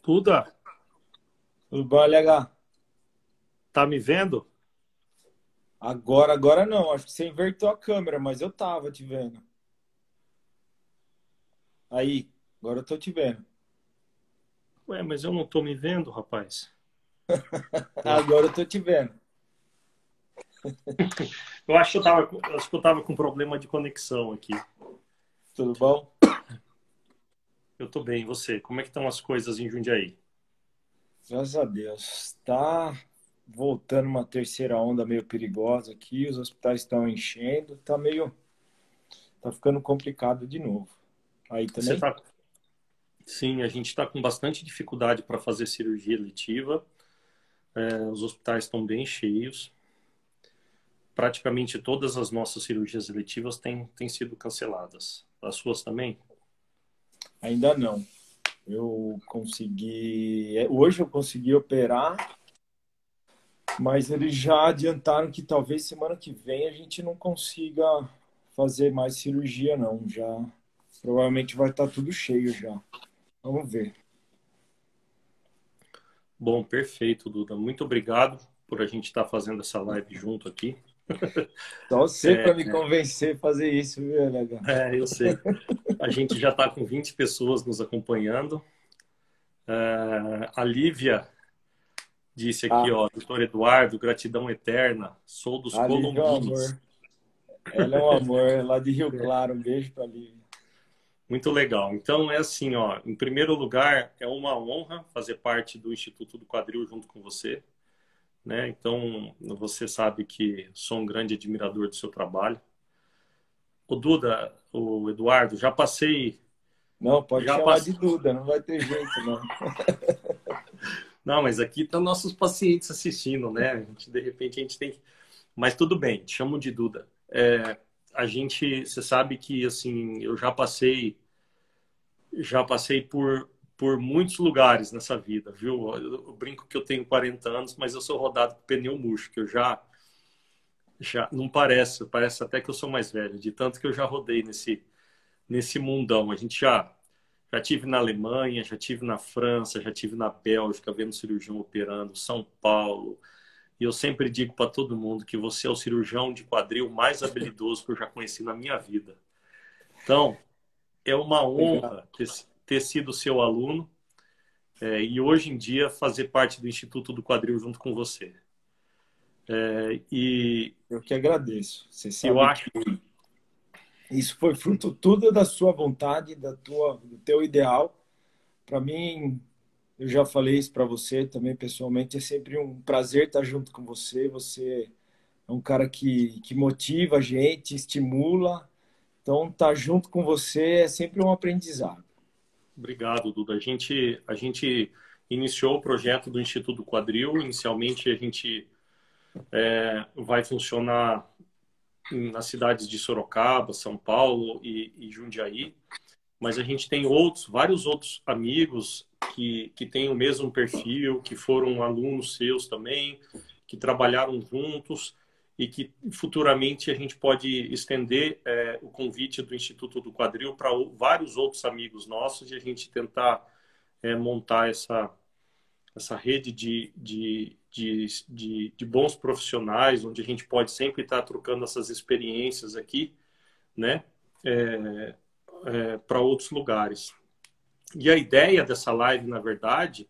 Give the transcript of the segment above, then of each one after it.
Duda, Tudo bom, LH? tá me vendo? Agora não. Acho que você invertou a câmera, mas eu tava te vendo. Aí, agora eu tô te vendo. Ué, mas eu não tô me vendo, rapaz. Ué. Agora eu tô te vendo. Acho que eu tava com problema de conexão aqui. Tudo bom? Eu tô bem, e você? Como é que estão as coisas em Jundiaí? Graças a Deus. Tá voltando uma terceira onda meio perigosa aqui. Os hospitais estão enchendo. Tá ficando complicado de novo. Aí Você também? tá? Sim, a gente está com bastante dificuldade para fazer cirurgia eletiva. Os hospitais estão bem cheios. Praticamente todas as nossas cirurgias eletivas têm sido canceladas. As suas também? Ainda não. Hoje eu consegui operar, mas eles já adiantaram que talvez semana que vem a gente não consiga fazer mais cirurgia, não. Já provavelmente vai estar tudo cheio já. Vamos ver. Bom, perfeito, Duda. Muito obrigado por a gente estar fazendo essa live junto aqui. Só você para me convencer a fazer isso, viu, LH? Eu sei. A gente já está com 20 pessoas nos acompanhando. A Lívia disse aqui, Ah, ó, doutor Eduardo, gratidão eterna, sou dos a Lívia é um Colombines. amor. Ela é um amor, é lá de Rio Claro. Um beijo para Lívia. Muito legal. Então, é assim, ó, em primeiro lugar, é uma honra fazer parte do Instituto do Quadril junto com você, né? Então, você sabe que sou um grande admirador do seu trabalho. O Duda, o Eduardo, Não, pode já chamar de passei. Duda, não vai ter jeito, não. Não, mas aqui estão nossos pacientes assistindo, né? De repente, a gente tem que. Mas tudo bem, te chamo de Duda. Você sabe que assim, eu já passei por muitos lugares nessa vida, viu? Eu brinco que eu tenho 40 anos, mas eu sou rodado com pneu murcho, que eu já não parece até que eu sou mais velho, de tanto que eu já rodei nesse mundão. Já tive na Alemanha, já tive na França, já tive na Bélgica, vendo cirurgião operando, São Paulo. E eu sempre digo para todo mundo que você é o cirurgião de quadril mais habilidoso que eu já conheci na minha vida. Então, é uma Legal. honra ter sido seu aluno, e hoje em dia fazer parte do Instituto do Quadril junto com você. E Eu que agradeço. Você eu sabe que acho, isso foi fruto tudo da sua vontade, do teu ideal. Para mim, eu já falei isso para você também pessoalmente, é sempre um prazer estar junto com você. Você é um cara que motiva a gente, estimula. Então, estar junto com você é sempre um aprendizado. obrigado, Duda. A gente iniciou o projeto do Instituto do Quadril. Inicialmente, a gente vai funcionar nas cidades de Sorocaba, São Paulo e Jundiaí. Mas a gente tem vários outros amigos que têm o mesmo perfil, que foram alunos seus também, que trabalharam juntos e que futuramente a gente pode estender o convite do Instituto do Quadril para vários outros amigos nossos e a gente tentar montar essa rede de bons profissionais, onde a gente pode sempre estar trocando essas experiências aqui, né? Para outros lugares. E a ideia dessa live, na verdade,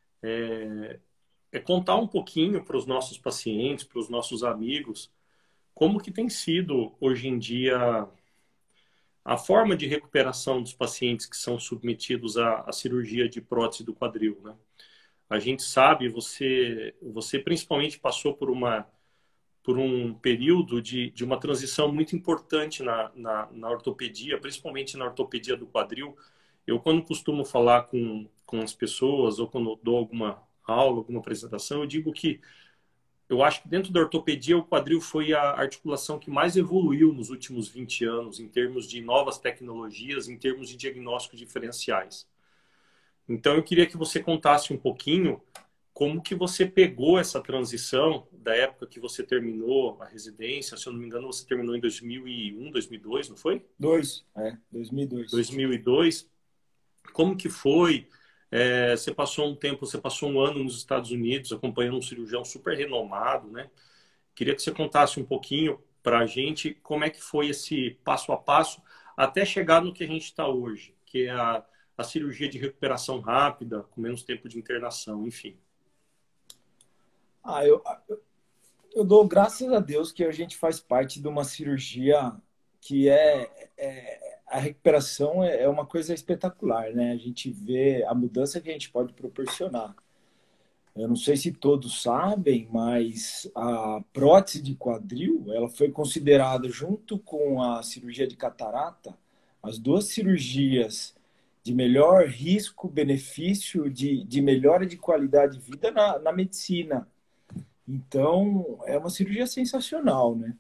é contar um pouquinho para os nossos pacientes, para os nossos amigos, como que tem sido hoje em dia a forma de recuperação dos pacientes que são submetidos à cirurgia de prótese do quadril, né? A gente sabe, você principalmente passou por um período de uma transição muito importante na ortopedia, principalmente na ortopedia do quadril. Eu, quando costumo falar com as pessoas, ou quando dou alguma aula, alguma apresentação, eu digo que eu acho que dentro da ortopedia o quadril foi a articulação que mais evoluiu nos últimos 20 anos, em termos de novas tecnologias, em termos de diagnósticos diferenciais. Então, eu queria que você contasse um pouquinho como que você pegou essa transição da época que você terminou a residência. Se eu não me engano, você terminou em 2001, 2002, não foi? 2002. 2002. Como que foi? Você passou um tempo, você passou um ano nos Estados Unidos acompanhando um cirurgião super renomado, né? Queria que você contasse um pouquinho para a gente como é que foi esse passo a passo até chegar no que a gente está hoje, que é a cirurgia de recuperação rápida, com menos tempo de internação, enfim. Ah, eu dou graças a Deus que a gente faz parte de uma cirurgia que a recuperação é uma coisa espetacular, né? A gente vê a mudança que a gente pode proporcionar. Eu não sei se todos sabem, mas a prótese de quadril, ela foi considerada junto com a cirurgia de catarata, as duas cirurgias de melhor risco-benefício de melhora de qualidade de vida na medicina. Então, é uma cirurgia sensacional, né?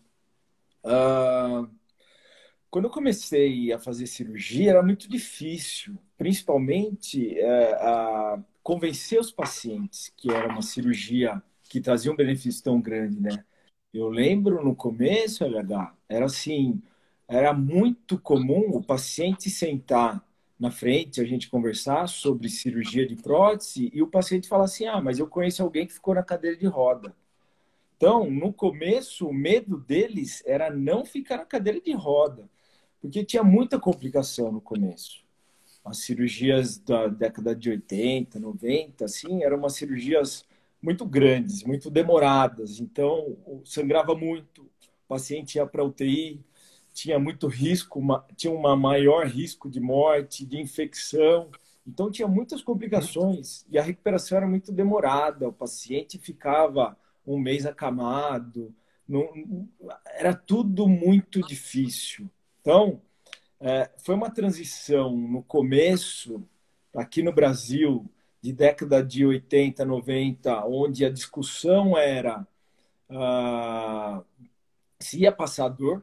Quando eu comecei a fazer cirurgia, era muito difícil, principalmente a convencer os pacientes que era uma cirurgia que trazia um benefício tão grande, né? Eu lembro no começo, LH, era assim, era muito comum o paciente sentar na frente, a gente conversar sobre cirurgia de prótese e o paciente falar assim, ah, mas eu conheço alguém que ficou na cadeira de roda. Então, no começo, o medo deles era não ficar na cadeira de roda, porque tinha muita complicação no começo. As cirurgias da década de 80, 90, assim, eram umas cirurgias muito grandes, muito demoradas. Então, sangrava muito, o paciente ia para UTI, tinha muito risco, tinha um maior risco de morte, de infecção. Então, tinha muitas complicações e a recuperação era muito demorada. O paciente ficava um mês acamado, não, era tudo muito difícil. Então, foi uma transição no começo, aqui no Brasil, de década de 80, 90, onde a discussão era se ia passar dor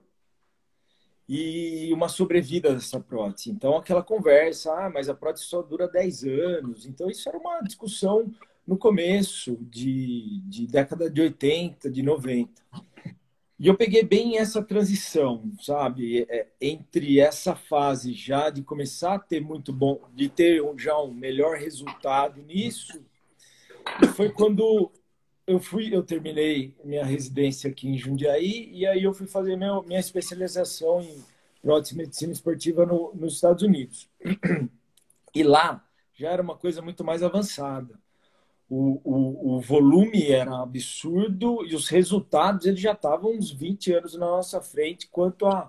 e uma sobrevida dessa prótese. Então, aquela conversa, mas a prótese só dura 10 anos. Então, isso era uma discussão no começo de década de 80, de 90. E eu peguei bem essa transição, sabe? Entre essa fase já de começar a ter muito bom, de ter já um melhor resultado nisso, e foi quando eu terminei minha residência aqui em Jundiaí, e aí eu fui fazer minha especialização em prótese medicina esportiva nos Estados Unidos. E lá já era uma coisa muito mais avançada. O volume era absurdo e os resultados eles já estavam uns 20 anos na nossa frente quanto à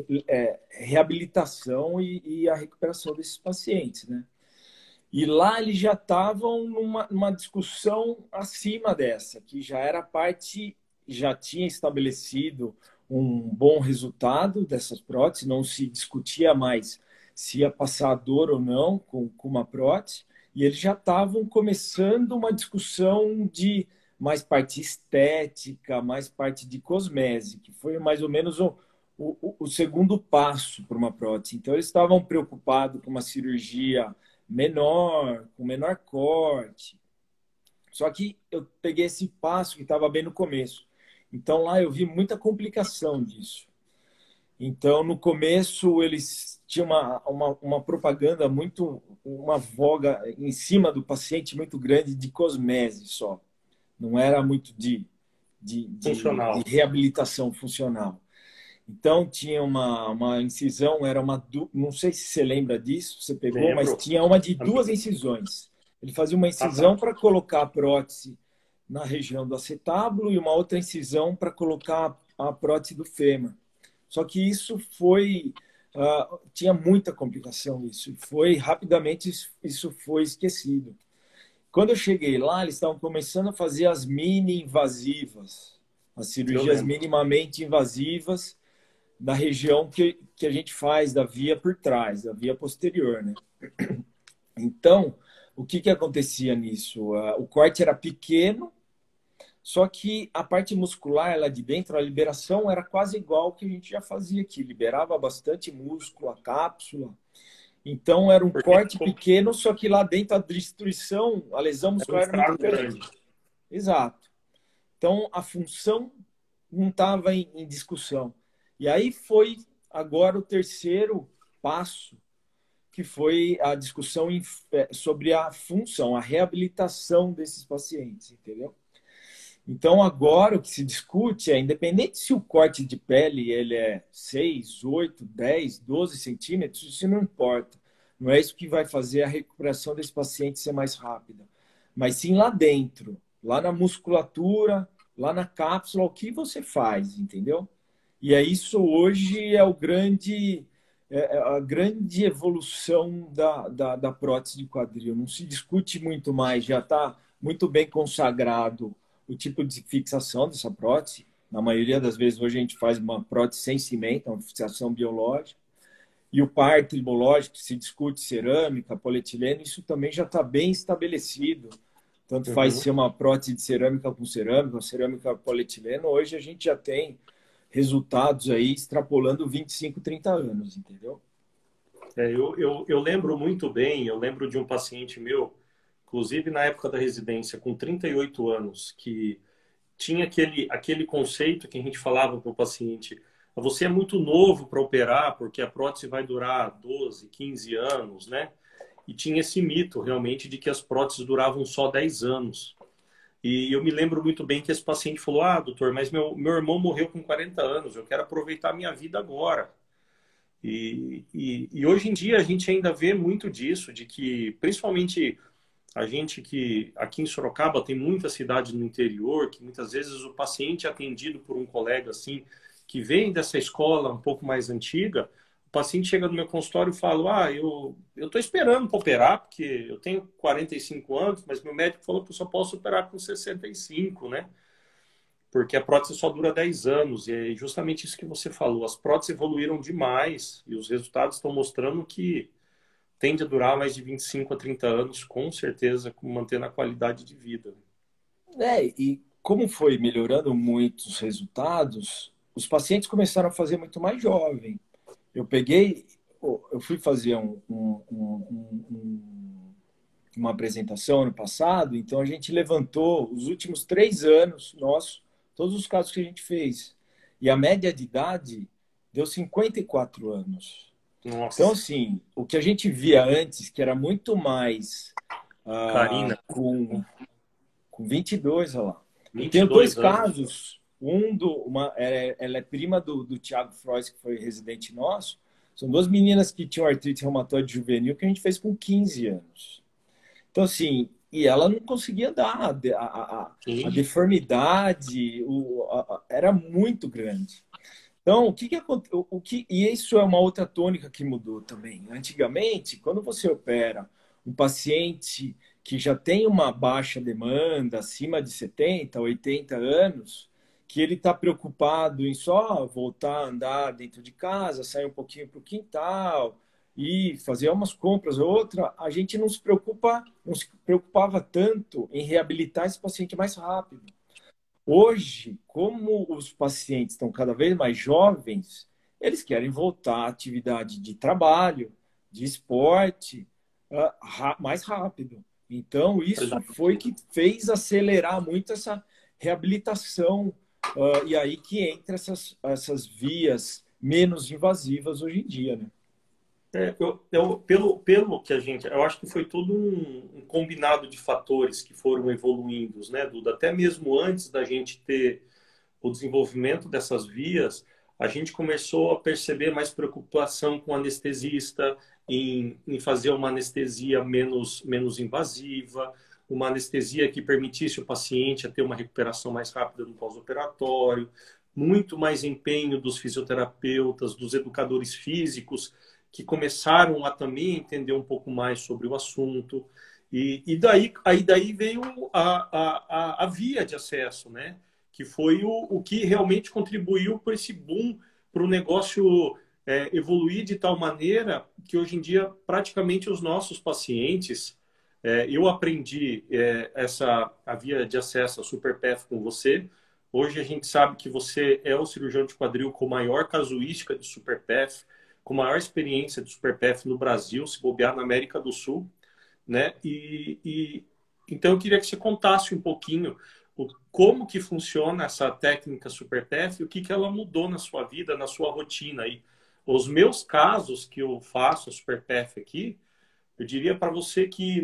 reabilitação e a recuperação desses pacientes, né? E lá eles já estavam numa discussão acima dessa, que já era parte, já tinha estabelecido um bom resultado dessas próteses, não se discutia mais se ia passar dor ou não com uma prótese, e eles já estavam começando uma discussão de mais parte estética, mais parte de cosmese, que foi mais ou menos o segundo passo para uma prótese. Então, eles estavam preocupados com uma cirurgia menor, com menor corte. Só que eu peguei esse passo que estava bem no começo. Então, lá eu vi muita complicação disso. Então, no começo, eles tinham uma propaganda muito, uma voga em cima do paciente muito grande de cosmese só. Não era muito de Funcional. reabilitação funcional. Então, tinha uma incisão, era não sei se você lembra disso, você pegou, mas Lembro. tinha uma de duas incisões. Ele fazia uma Ah, tá. incisão para colocar a prótese na região do acetábulo e uma outra incisão para colocar a prótese do fêmur. Só que isso tinha muita complicação isso. Foi rapidamente isso foi esquecido. Quando eu cheguei lá, eles estavam começando a fazer as mini invasivas, as Eu cirurgias lembro. minimamente invasivas da região que a gente faz da via por trás, da via posterior, né? Então, o que acontecia nisso? O corte era pequeno, só que a parte muscular lá de dentro, a liberação era quase igual ao que a gente já fazia aqui. Liberava bastante músculo, a cápsula. Então era um Porque corte pequeno, só que lá dentro a destruição, a lesão era um muscular era muito estrago grande. grande. Exato. Então a função não estava em discussão. E aí foi agora o terceiro passo, que foi a discussão sobre a função, a reabilitação desses pacientes, entendeu? Então, agora o que se discute é, independente se o corte de pele ele é 6, 8, 10, 12 centímetros, isso não importa. Não é isso que vai fazer a recuperação desse paciente ser mais rápida. Mas sim lá dentro, lá na musculatura, lá na cápsula, o que você faz, entendeu? E é isso hoje é a grande evolução da prótese de quadril. Não se discute muito mais, já está muito bem consagrado o tipo de fixação dessa prótese. Na maioria das vezes, hoje a gente faz uma prótese sem cimento, uma fixação biológica. E o par tribológico, se discute cerâmica, polietileno, isso também já está bem estabelecido. Tanto faz ser uma prótese de cerâmica com cerâmica, cerâmica polietileno. Hoje a gente já tem resultados aí extrapolando 25, 30 anos, entendeu? Eu lembro muito bem, eu lembro de um paciente meu, inclusive na época da residência, com 38 anos, que tinha aquele conceito que a gente falava para o paciente: você é muito novo para operar, porque a prótese vai durar 12, 15 anos, né? E tinha esse mito, realmente, de que as próteses duravam só 10 anos. E eu me lembro muito bem que esse paciente falou: ah, doutor, mas meu irmão morreu com 40 anos, eu quero aproveitar a minha vida agora. E hoje em dia a gente ainda vê muito disso, de que, principalmente a gente que aqui em Sorocaba tem muitas cidades no interior, que muitas vezes o paciente é atendido por um colega assim, que vem dessa escola um pouco mais antiga, o paciente chega no meu consultório e fala: ah, eu estou esperando para operar, porque eu tenho 45 anos, mas meu médico falou que eu só posso operar com 65, né? Porque a prótese só dura 10 anos, e é justamente isso que você falou. As próteses evoluíram demais, e os resultados estão mostrando que tende a durar mais de 25 a 30 anos, com certeza, mantendo a qualidade de vida. E como foi melhorando muito os resultados, os pacientes começaram a fazer muito mais jovem. Eu fui fazer uma apresentação ano passado, então a gente levantou os últimos 3 anos nossos, todos os casos que a gente fez. E a média de idade deu 54 anos. Então, Nossa, assim, o que a gente via antes, que era muito mais Karina, com 22, olha lá. Eu vinte e tenho dois dois anos. casos. Ela é prima do Thiago Frois, que foi residente nosso. São duas meninas que tinham artrite reumatoide juvenil que a gente fez com 15 anos. Então, assim, e ela não conseguia andar. A Sim, deformidade era muito grande. Então, e isso é uma outra tônica que mudou também. Antigamente, quando você opera um paciente que já tem uma baixa demanda, acima de 70, 80 anos, que ele está preocupado em só voltar a andar dentro de casa, sair um pouquinho para o quintal e fazer umas compras ou outra, a gente não se preocupava tanto em reabilitar esse paciente mais rápido. Hoje, como os pacientes estão cada vez mais jovens, eles querem voltar à atividade de trabalho, de esporte, mais rápido. Então, isso foi que fez acelerar muito essa reabilitação, e aí que entra essas vias menos invasivas hoje em dia, né? pelo que a gente, eu acho que foi todo um combinado de fatores que foram evoluindo, né, Duda? Até mesmo antes da gente ter o desenvolvimento dessas vias, a gente começou a perceber mais preocupação com o anestesista, em fazer uma anestesia menos invasiva, uma anestesia que permitisse o paciente a ter uma recuperação mais rápida no pós-operatório, muito mais empenho dos fisioterapeutas, dos educadores físicos, que começaram a também entender um pouco mais sobre o assunto. Daí veio a via de acesso, né? Que foi o que realmente contribuiu para esse boom, para o negócio evoluir de tal maneira que hoje em dia praticamente os nossos pacientes, eu aprendi a via de acesso a SuperPath com você. Hoje a gente sabe que você é o cirurgião de quadril com maior casuística de SuperPath, com maior experiência de SuperPath no Brasil, se bobear na América do Sul, né? Então eu queria que você contasse um pouquinho como que funciona essa técnica SuperPath e o que ela mudou na sua vida, na sua rotina aí. Os meus casos que eu faço a SuperPF aqui, eu diria para você que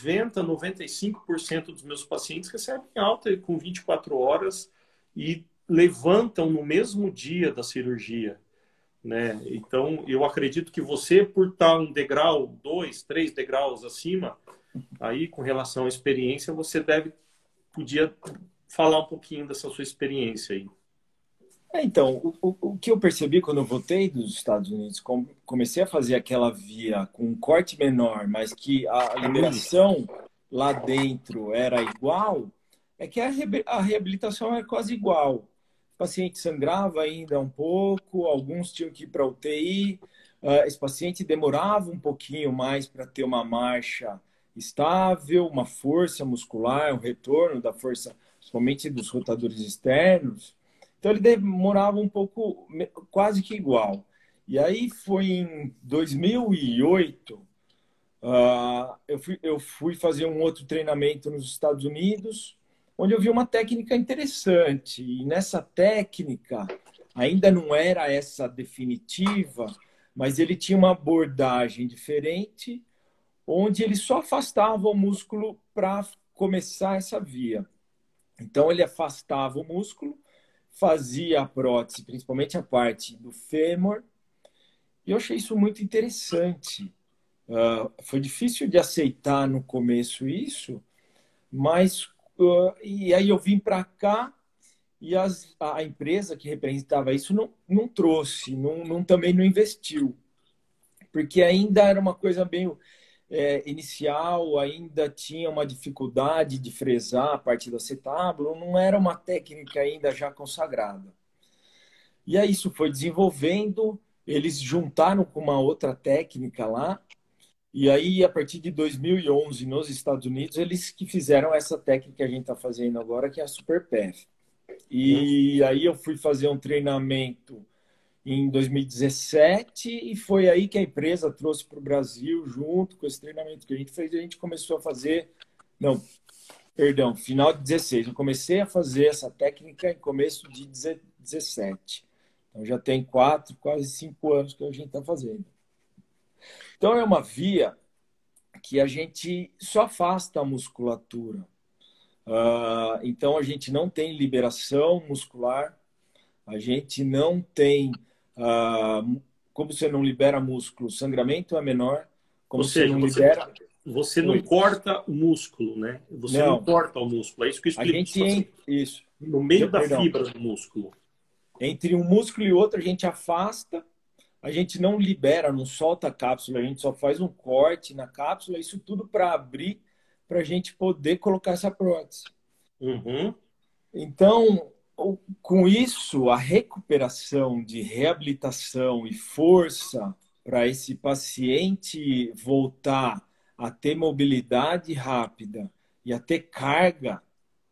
95% dos meus pacientes recebem alta com 24 horas e levantam no mesmo dia da cirurgia, né? Então, eu acredito que você, por estar um degrau, 2, 3 degraus acima, aí com relação à experiência, você podia falar um pouquinho dessa sua experiência aí. Então, o que eu percebi quando eu voltei dos Estados Unidos, comecei a fazer aquela via com um corte menor, mas que a liberação lá dentro era igual, é que a reabilitação é quase igual. O paciente sangrava ainda um pouco, alguns tinham que ir para UTI, esse paciente demorava um pouquinho mais para ter uma marcha estável, uma força muscular, um retorno da força, principalmente dos rotadores externos. Então ele demorava um pouco, quase que igual. E aí foi em 2008, eu fui fazer um outro treinamento nos Estados Unidos, onde eu vi uma técnica interessante. E nessa técnica, ainda não era essa definitiva, mas ele tinha uma abordagem diferente, onde ele só afastava o músculo para começar essa via. Então ele afastava o músculo, fazia a prótese, principalmente a parte do fêmur, e eu achei isso muito interessante. Foi difícil de aceitar no começo isso, mas e aí eu vim para cá e a empresa que representava isso não trouxe, também não investiu, porque ainda era uma coisa meio inicial, ainda tinha uma dificuldade de fresar a parte do acetábulo, não era uma técnica ainda já consagrada. E aí isso foi desenvolvendo, eles juntaram com uma outra técnica lá, e aí a partir de 2011 nos Estados Unidos, eles que fizeram essa técnica que a gente está fazendo agora, que é a SuperPF. E aí eu fui fazer um treinamento em 2017 e foi aí que a empresa trouxe para o Brasil, junto com esse treinamento que a gente fez, a gente começou a fazer, não, perdão, final de 16. Eu comecei a fazer essa técnica em começo de 17. Então já tem 4, quase 5 anos que a gente está fazendo. Então é uma via que a gente só afasta a musculatura. Então a gente não tem liberação muscular, a gente não tem, como você não libera músculo, o sangramento é menor, como você não libera... Você não corta o músculo, né? Você não corta o músculo, é isso que eu explico. A gente, isso. No meio da fibra do músculo. Entre um músculo e outro a gente afasta, a gente não libera, não solta a cápsula, a gente só faz um corte na cápsula, isso tudo para abrir, para a gente poder colocar essa prótese. Uhum. Então, com isso, a recuperação de reabilitação e força para esse paciente voltar a ter mobilidade rápida e a ter carga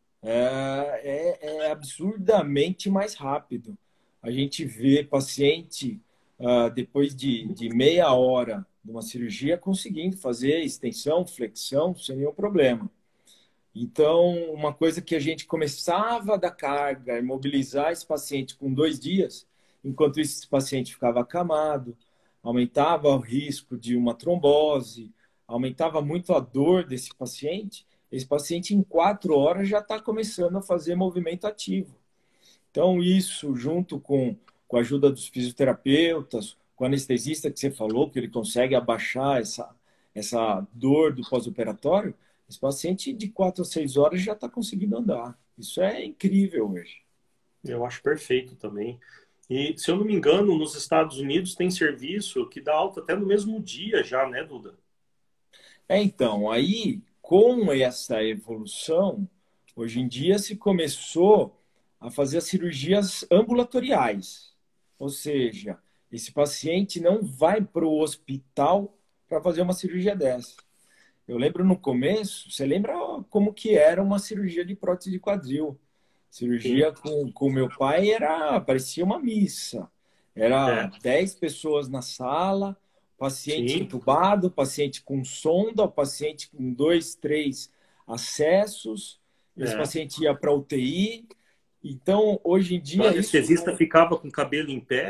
é absurdamente mais rápido. A gente vê paciente, depois de meia hora de uma cirurgia, conseguindo fazer extensão, flexão, sem nenhum problema. Então, uma coisa que a gente começava a dar carga, imobilizar esse paciente com 2 dias, enquanto esse paciente ficava acamado, aumentava o risco de uma trombose, aumentava muito a dor desse paciente. Esse paciente, em 4 horas, já está começando a fazer movimento ativo. Então, isso, junto com a ajuda dos fisioterapeutas, com o anestesista que você falou, que ele consegue abaixar essa dor do pós-operatório, esse paciente de 4 a 6 horas já está conseguindo andar. Isso é incrível hoje. Eu acho perfeito também. E, se eu não me engano, nos Estados Unidos tem serviço que dá alta até no mesmo dia já, né, Duda? Então, aí, com essa evolução, hoje em dia se começou a fazer as cirurgias ambulatoriais. Ou seja, esse paciente não vai para o hospital para fazer uma cirurgia dessa. Eu lembro no começo, você lembra como que era uma cirurgia de prótese de quadril? Cirurgia com meu pai parecia uma missa. Era 10 pessoas na sala, paciente entubado, paciente com sonda, paciente com 2, 3 acessos. Esse paciente ia para UTI. Então, hoje em dia... O anestesista ficava com o cabelo em pé.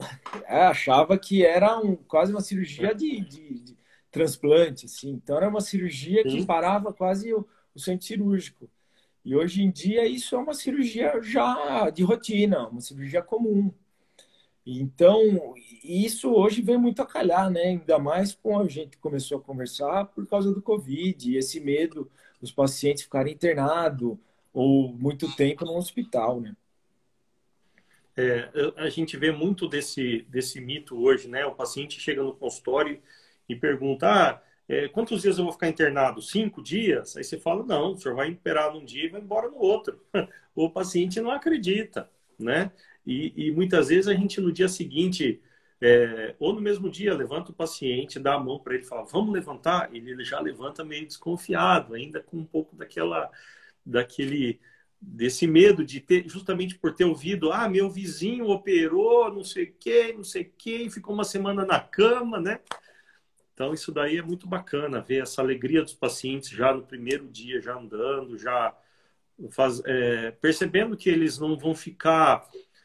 achava que era quase uma cirurgia de transplante, assim. Então era uma cirurgia que Sim. parava quase o centro cirúrgico. E hoje em dia isso é uma cirurgia já de rotina, uma cirurgia comum. Então, isso hoje vem muito a calhar, né? Ainda mais com a gente começou a conversar por causa do Covid, e esse medo dos pacientes ficarem internados ou muito tempo no hospital, né? A gente vê muito desse mito hoje, né? O paciente chega no consultório e pergunta: quantos dias eu vou ficar internado? 5 dias? Aí você fala: não, o senhor vai operar num dia e vai embora no outro. O paciente não acredita, né? E muitas vezes a gente no dia seguinte, ou no mesmo dia, levanta o paciente, dá a mão para ele e fala: vamos levantar? Ele já levanta meio desconfiado, ainda com um pouco daquele desse medo de ter, justamente por ter ouvido, meu vizinho operou, não sei o quê, e ficou uma semana na cama, né? Então, isso daí é muito bacana, ver essa alegria dos pacientes já no primeiro dia, já andando, já percebendo que eles não vão ficar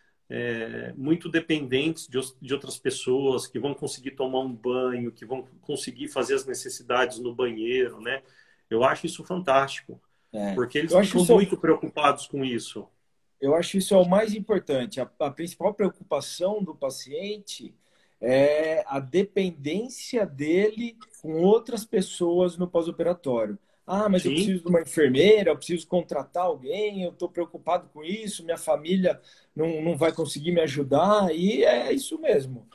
muito dependentes de outras pessoas, que vão conseguir tomar um banho, que vão conseguir fazer as necessidades no banheiro, né? Eu acho isso fantástico, É. porque eles Eu acho ficam isso, muito preocupados com isso. eu acho isso é o mais importante. A principal preocupação do paciente é a dependência dele com outras pessoas no pós-operatório. Ah, mas eu Sim, preciso de uma enfermeira, eu preciso contratar alguém, eu estou preocupado com isso, minha família não vai conseguir me ajudar, e é isso mesmo.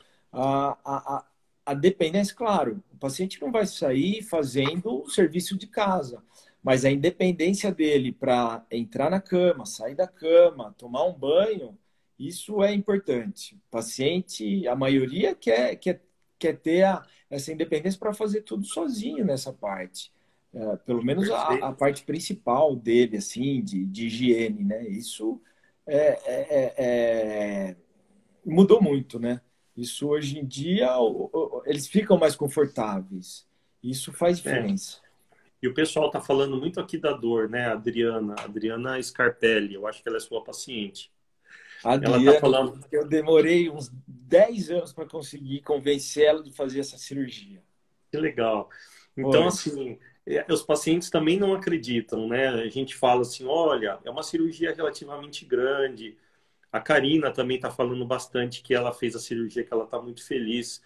A dependência, claro, o paciente não vai sair fazendo o serviço de casa, mas a independência dele para entrar na cama, sair da cama, tomar um banho, isso é importante. O paciente, a maioria quer ter essa independência para fazer tudo sozinho nessa parte. Pelo menos a perfeito. parte principal dele, assim, de higiene, né? Isso é, é- é- é- mudou muito, né? Isso hoje em dia eles ficam mais confortáveis. Isso faz É. diferença. E o pessoal está falando muito aqui da dor, né? Adriana Scarpelli, eu acho que ela é sua paciente. A Ela está Adriana, falando, eu demorei uns 10 anos para conseguir convencer ela de fazer essa cirurgia. que legal. Então, Foi. assim, os pacientes também não acreditam, né? A gente fala assim, olha, é uma cirurgia relativamente grande. A Karina também está falando bastante que ela fez a cirurgia, que ela está muito feliz.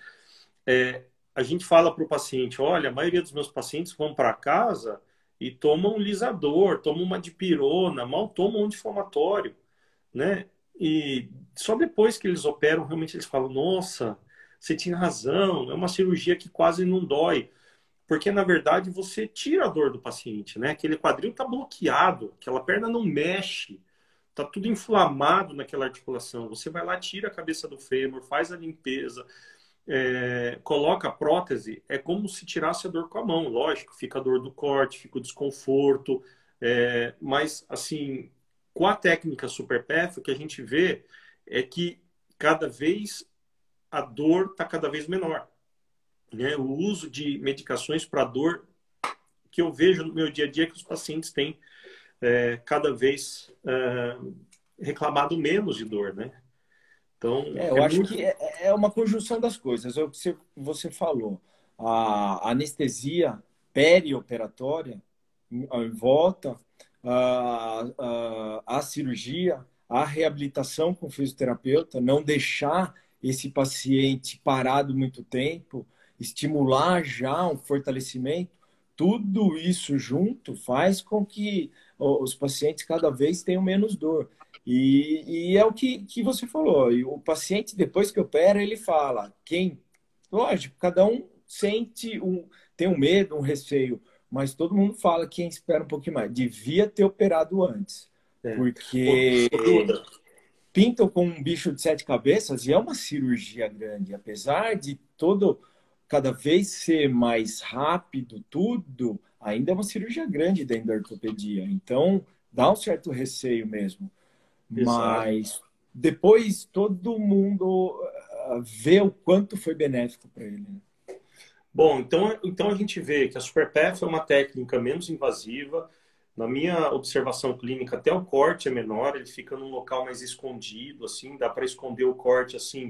A gente fala para o paciente, olha, a maioria dos meus pacientes vão para casa e tomam um lisador, tomam uma dipirona, mal tomam um anti-inflamatório, né? E só depois que eles operam, realmente eles falam, nossa, você tinha razão, é uma cirurgia que quase não dói. Porque, na verdade, você tira a dor do paciente, né? Aquele quadril está bloqueado, aquela perna não mexe, tá tudo inflamado naquela articulação. Você vai lá, tira a cabeça do fêmur, faz a limpeza, coloca a prótese, é como se tirasse a dor com a mão. Lógico, fica a dor do corte, fica o desconforto, mas, assim, com a técnica SuperPath, o que a gente vê é que cada vez a dor está cada vez menor, né? O uso de medicações para dor que eu vejo no meu dia a dia é que os pacientes têm cada vez reclamado menos de dor, né? Então, Eu é acho muito. que é uma conjunção das coisas. É o que você falou. A anestesia perioperatória, em volta, a cirurgia, a reabilitação com o fisioterapeuta, não deixar esse paciente parado muito tempo, estimular já um fortalecimento, tudo isso junto faz com que os pacientes cada vez tenham menos dor. E é o que você falou. E o paciente, depois que opera, ele fala. Lógico, cada um tem um medo, um receio, mas todo mundo fala quem espera um pouquinho mais. Devia ter operado antes, É. porque Ô, Duda, pintam com um bicho de 7 cabeças e é uma cirurgia grande. Apesar de cada vez ser mais rápido tudo, ainda é uma cirurgia grande dentro da ortopedia. Então, dá um certo receio mesmo. exato. Mas depois todo mundo vê o quanto foi benéfico para ele, né? Bom, então a gente vê que a SuperPath é uma técnica menos invasiva. Na minha observação clínica, até o corte é menor, ele fica num local mais escondido, assim, dá para esconder o corte assim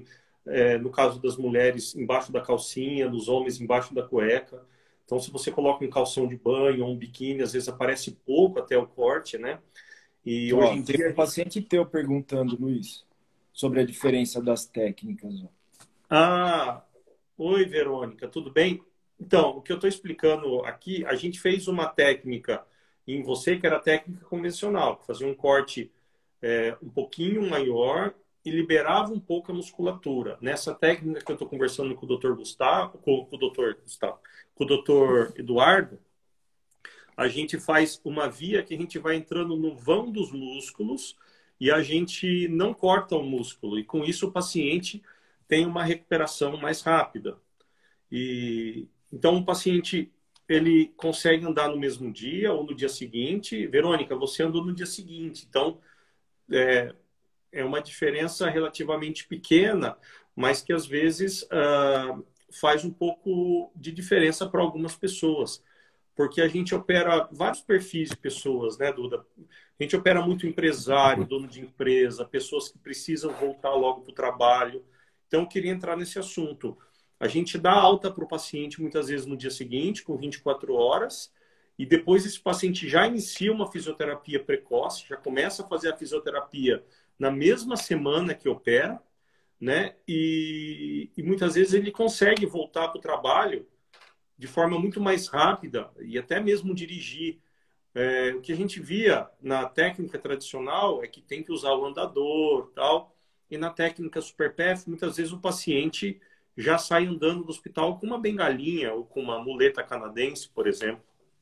no caso das mulheres, embaixo da calcinha, dos homens embaixo da cueca. Então, se você coloca um calção de banho ou um biquíni, às vezes aparece pouco até o corte, né? E hoje Ó, em tem dia... um paciente teu perguntando, Luiz, sobre a diferença das técnicas. Ó. Ah, oi, Verônica, tudo bem? Então, o que eu estou explicando aqui, a gente fez uma técnica em você que era a técnica convencional, que fazia um corte um pouquinho maior e liberava um pouco a musculatura. Nessa técnica que eu estou conversando com o Dr. Gustavo, com o Dr. Gustavo, com o Dr. Eduardo, a gente faz uma via que a gente vai entrando no vão dos músculos e a gente não corta o músculo. E com isso o paciente tem uma recuperação mais rápida. E então o paciente ele consegue andar no mesmo dia ou no dia seguinte. Verônica, você andou no dia seguinte. Então é uma diferença relativamente pequena, mas que às vezes faz um pouco de diferença para algumas pessoas. Porque a gente opera vários perfis de pessoas, né, Duda? A gente opera muito empresário, dono de empresa, pessoas que precisam voltar logo para o trabalho. Então, eu queria entrar nesse assunto. A gente dá alta para o paciente muitas vezes no dia seguinte, com 24 horas, e depois esse paciente já inicia uma fisioterapia precoce, já começa a fazer a fisioterapia na mesma semana que opera, né? E muitas vezes ele consegue voltar para o trabalho de forma muito mais rápida e até mesmo dirigir. O que a gente via na técnica tradicional é que tem que usar o andador, tal, e na técnica SuperPF, muitas vezes o paciente já sai andando do hospital com uma bengalinha ou com uma muleta canadense, por exemplo.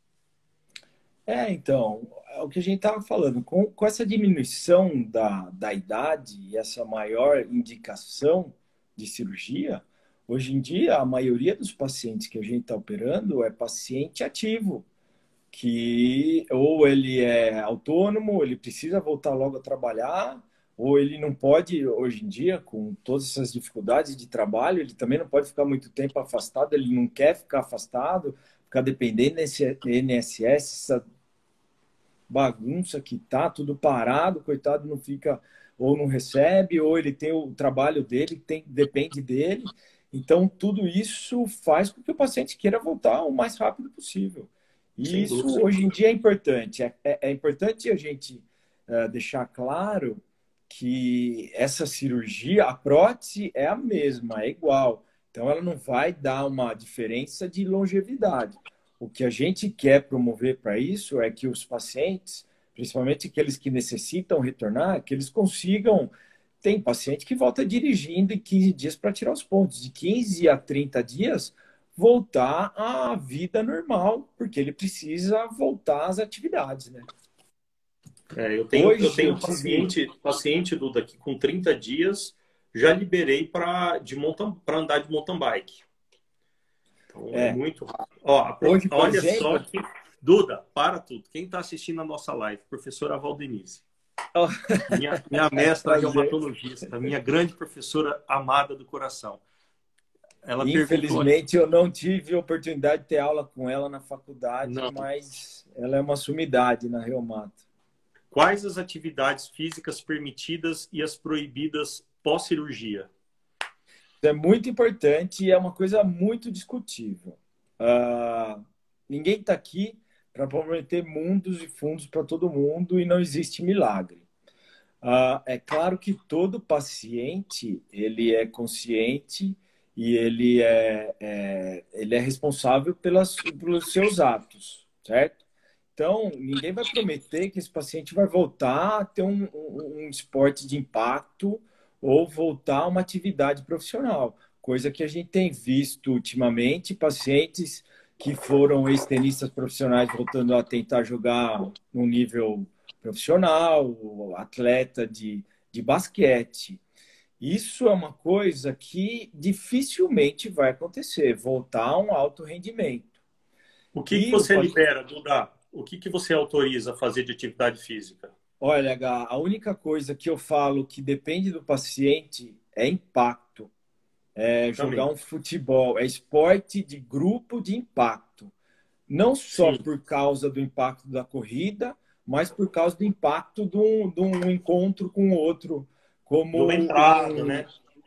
Então, é o que a gente estava falando, com essa diminuição da idade e essa maior indicação de cirurgia, hoje em dia a maioria dos pacientes que a gente está operando é paciente ativo, que ou ele é autônomo, ele precisa voltar logo a trabalhar, ou ele não pode, hoje em dia, com todas essas dificuldades de trabalho, ele também não pode ficar muito tempo afastado, ele não quer ficar afastado, ficar dependendo desse INSS, essa bagunça que tá, tudo parado, coitado, não fica, ou não recebe, ou ele tem o trabalho dele, depende dele. Então, tudo isso faz com que o paciente queira voltar o mais rápido possível. E Sem isso, dúvida. hoje em dia, é importante. É importante a gente deixar claro que essa cirurgia, a prótese é a mesma, é igual. Então, ela não vai dar uma diferença de longevidade. O que a gente quer promover para isso é que os pacientes, principalmente aqueles que necessitam retornar, que eles consigam. Tem paciente que volta dirigindo em 15 dias para tirar os pontos. De 15 a 30 dias, voltar à vida normal, porque ele precisa voltar às atividades, né? Eu Hoje tenho eu um tive. paciente, Duda, que com 30 dias já liberei para andar de mountain bike. Então, é É, muito rápido. Ó, hoje, por olha só exemplo. aqui. Duda, para tudo. Quem está assistindo a nossa live? Professora Valdenise. Minha mestra Prazer. reumatologista, minha grande professora amada do coração. Ela perguntou aqui. Infelizmente, eu não tive a oportunidade de ter aula com ela na faculdade, Não. mas ela é uma sumidade na Reumato. Quais as atividades físicas permitidas e as proibidas pós-cirurgia? Isso é muito importante e é uma coisa muito discutível. Ninguém está aqui para prometer mundos e fundos para todo mundo e não existe milagre. É claro que todo paciente ele é consciente e ele é responsável pelos seus atos, certo? Então, ninguém vai prometer que esse paciente vai voltar a ter um esporte de impacto ou voltar a uma atividade profissional, coisa que a gente tem visto ultimamente, pacientes que foram ex-tenistas profissionais voltando a tentar jogar num nível profissional, atleta de basquete. Isso é uma coisa que dificilmente vai acontecer, voltar a um alto rendimento. O que E o você libera, Duda? O que você autoriza a fazer de atividade física? Olha, H, a única coisa que eu falo que depende do paciente é impacto. É jogar Também. um futebol, é esporte de grupo de impacto. Não só Sim, por causa do impacto da corrida, mas por causa do impacto de um encontro com o outro, de uma como entrada, né?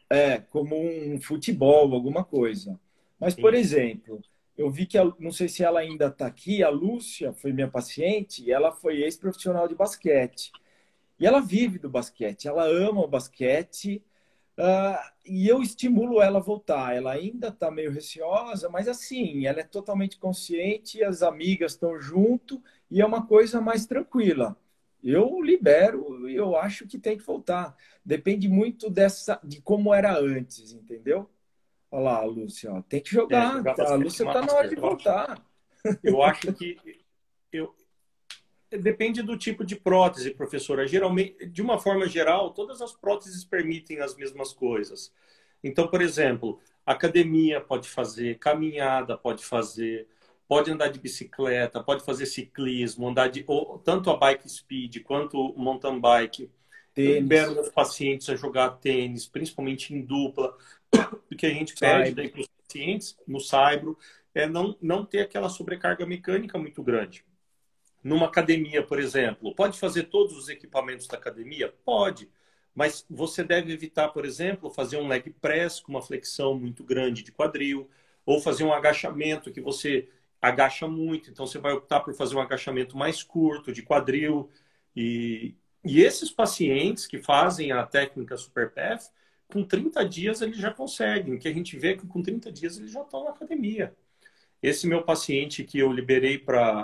como um futebol, alguma coisa. Mas, por Sim. exemplo, eu vi que, não sei se ela ainda está aqui, a Lúcia foi minha paciente, e ela foi ex-profissional de basquete. E ela vive do basquete, ela ama o basquete, e eu estimulo ela a voltar. Ela ainda está meio receosa, mas assim, ela é totalmente consciente, as amigas estão junto e é uma coisa mais tranquila. Eu libero e eu acho que tem que voltar. Depende muito de como era antes, entendeu? Olha lá, a Lúcia, ó, tem que jogar. Jogar A basquete Lúcia está na hora master. de voltar. Eu acho que eu, depende do tipo de prótese, professora. Geralmente, de uma forma geral, todas as próteses permitem as mesmas coisas. Então, por exemplo, academia pode fazer, caminhada pode fazer, pode andar de bicicleta, pode fazer ciclismo, tanto a bike speed quanto o mountain bike. Eu libero Tênis, meus pacientes a jogar tênis, principalmente em dupla, porque a gente pede saibro. daí para os pacientes, no saibro, não ter aquela sobrecarga mecânica muito grande. Numa academia, por exemplo, pode fazer todos os equipamentos da academia? Pode. Mas você deve evitar, por exemplo, fazer um leg press com uma flexão muito grande de quadril, ou fazer um agachamento que você agacha muito. Então, você vai optar por fazer um agachamento mais curto de quadril. E esses pacientes que fazem a técnica SuperPath, com 30 dias eles já conseguem. O que a gente vê é que com 30 dias eles já estão na academia. Esse meu paciente que eu liberei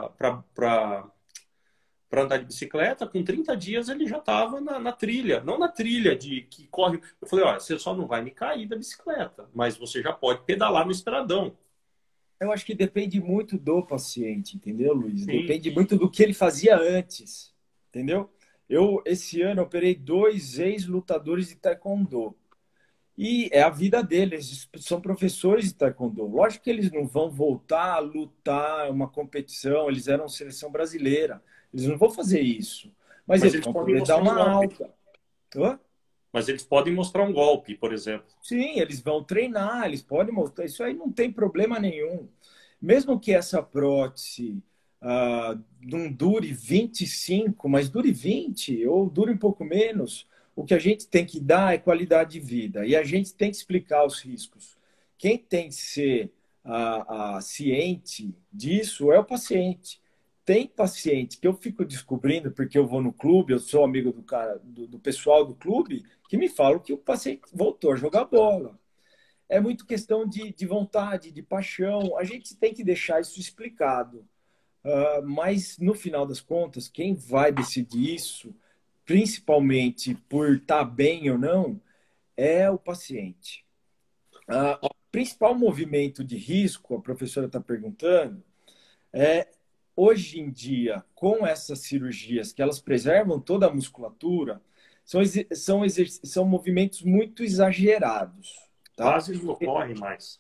para andar de bicicleta, com 30 dias ele já estava na trilha. Não na trilha de que corre. Eu falei, olha, você só não vai me cair da bicicleta, mas você já pode pedalar no estradão. Eu acho que depende muito do paciente, entendeu, Luiz? Sim, Depende muito do que ele fazia antes, entendeu? Eu, esse ano, operei dois ex-lutadores de taekwondo. E é a vida deles, eles são professores de taekwondo. Lógico que eles não vão voltar a lutar uma competição, eles eram seleção brasileira. Eles não vão fazer isso. Mas mas eles eles vão podem poder dar mostrar um uma golpe. alta. Hã? Mas eles podem mostrar um golpe, por exemplo. Sim, eles vão treinar, eles podem mostrar. Isso aí não tem problema nenhum. Mesmo que essa prótese não dure 25, mas dure 20 ou dure um pouco menos, o que a gente tem que dar é qualidade de vida. E a gente tem que explicar os riscos. Quem tem que ser ciente disso é o paciente. Tem paciente que eu fico descobrindo, porque eu vou no clube, eu sou amigo do cara, do pessoal do clube, que me falam que o paciente voltou a jogar bola. É muito questão de vontade, de paixão. A gente tem que deixar isso explicado. Mas, no final das contas, quem vai decidir isso, principalmente por estar bem ou não, é o paciente. O principal movimento de risco, a professora está perguntando, é hoje em dia, com essas cirurgias que elas preservam toda a musculatura, são movimentos muito exagerados, tá? Quase não ocorre mais.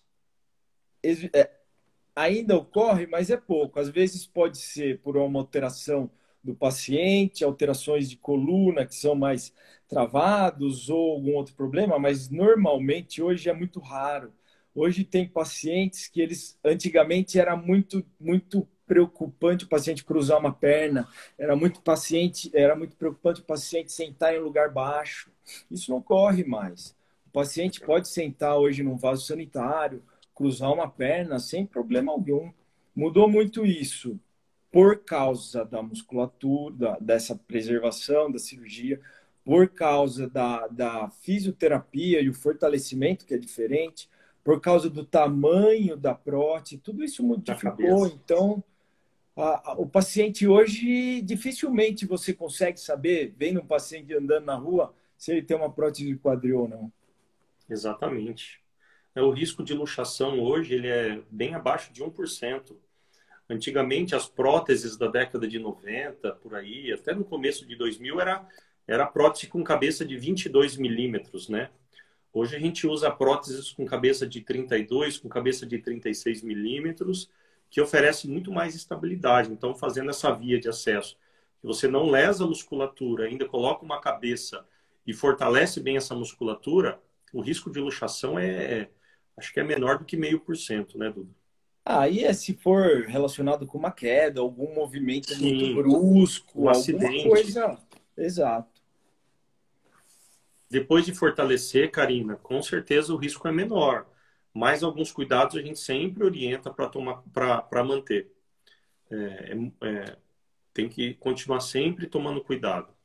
Ainda ocorre, mas é pouco. Às vezes pode ser por uma alteração do paciente, alterações de coluna que são mais travados ou algum outro problema, mas normalmente hoje é muito raro. Hoje tem pacientes que eles antigamente era muito preocupante o paciente cruzar uma perna, era muito preocupante o paciente sentar em um lugar baixo. Isso não ocorre mais. O paciente pode sentar hoje num vaso sanitário, cruzar uma perna sem problema algum. Mudou muito isso por causa da musculatura, dessa preservação, da cirurgia, por causa da fisioterapia e o fortalecimento, que é diferente, por causa do tamanho da prótese, tudo isso Na modificou. cabeça. Então, o paciente hoje, dificilmente você consegue saber, vendo um paciente andando na rua, se ele tem uma prótese de quadril ou não. Exatamente. O risco de luxação hoje ele é bem abaixo de 1%. Antigamente, as próteses da década de 90, por aí, até no começo de 2000, era prótese com cabeça de 22 milímetros, né? Hoje a gente usa próteses com cabeça de 32, com cabeça de 36 milímetros, que oferece muito mais estabilidade. Então, fazendo essa via de acesso, que você não lesa a musculatura, ainda coloca uma cabeça e fortalece bem essa musculatura, o risco de luxação acho que é menor do que 0,5%, né, Duda? Aí se for relacionado com uma queda, algum movimento muito Sim, brusco, um alguma acidente. coisa. Exato. depois de fortalecer, Karina, com certeza o risco é menor. Mas alguns cuidados a gente sempre orienta para tomar, para manter. É, tem que continuar sempre tomando cuidado.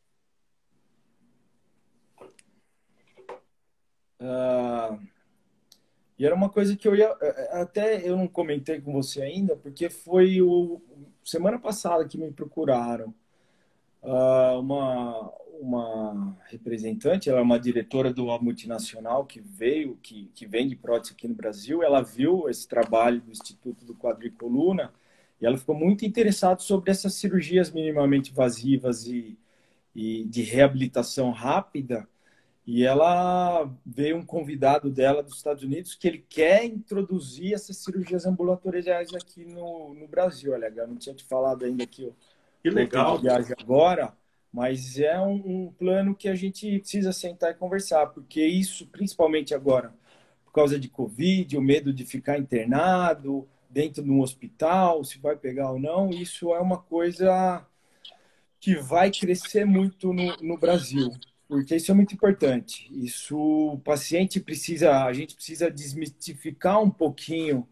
E era uma coisa que eu ia. Até eu não comentei com você ainda, porque foi semana passada que me procuraram. Uma representante, ela é uma diretora de uma multinacional que veio, que vende prótese aqui no Brasil. Ela viu esse trabalho do Instituto do Quadricoluna e ela ficou muito interessada sobre essas cirurgias minimamente invasivas e de reabilitação rápida. E ela veio um convidado dela dos Estados Unidos que ele quer introduzir essas cirurgias ambulatoriais aqui no Brasil. Olha, eu não tinha te falado ainda que eu Que voltei de legal. viagem agora, mas é um plano que a gente precisa sentar e conversar, porque isso, principalmente agora, por causa de Covid, o medo de ficar internado dentro de um hospital, se vai pegar ou não, isso é uma coisa que vai crescer muito no Brasil, porque isso é muito importante. Isso o paciente precisa, a gente precisa desmistificar um pouquinho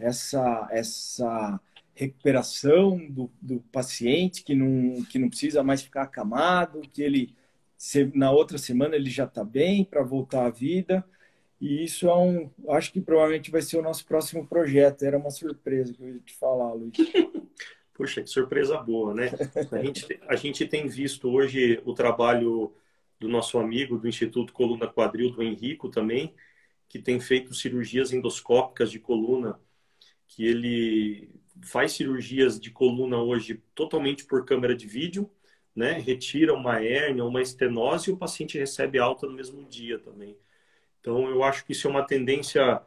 essa recuperação do paciente que não precisa mais ficar acamado, que ele na outra semana ele já está bem para voltar à vida. E isso acho que provavelmente vai ser o nosso próximo projeto. Era uma surpresa que eu ia te falar, Luiz. Puxa, que surpresa boa, né? A gente tem visto hoje o trabalho do nosso amigo do Instituto Coluna Quadril, do Henrico também, que tem feito cirurgias endoscópicas de coluna, que ele faz cirurgias de coluna hoje totalmente por câmera de vídeo, né? Retira uma hérnia, uma estenose e o paciente recebe alta no mesmo dia também. Então, eu acho que isso é uma tendência,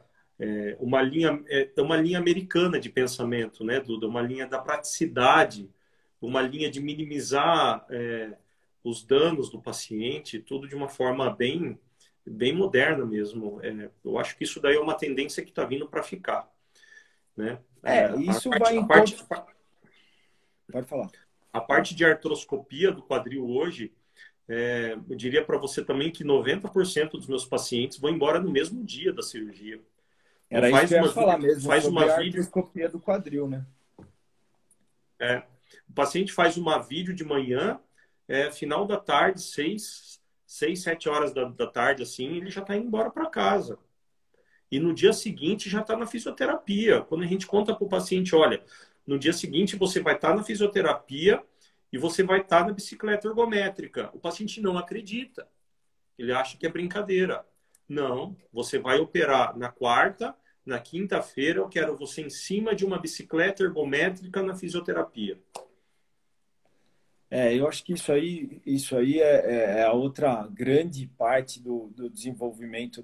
uma linha americana de pensamento, né, Duda? Uma linha da praticidade, uma linha de minimizar os danos do paciente, tudo de uma forma bem moderna mesmo. Eu acho que isso daí é uma tendência que está vindo para ficar, né? Isso vai em conta... Pode falar. A parte de artroscopia do quadril hoje, eu diria para você também que 90% dos meus pacientes vão embora no mesmo dia da cirurgia. Era isso que eu ia falar mesmo, faz sobre uma a artroscopia do quadril, né? O paciente faz uma vídeo de manhã, final da tarde, 7 horas da tarde, assim, ele já está indo embora para casa. E no dia seguinte já está na fisioterapia. Quando a gente conta para o paciente, olha, no dia seguinte você vai estar na fisioterapia e você vai estar na bicicleta ergométrica. O paciente não acredita. Ele acha que é brincadeira. Não, você vai operar na quarta, na quinta-feira eu quero você em cima de uma bicicleta ergométrica na fisioterapia. Eu acho que isso aí é a outra grande parte do desenvolvimento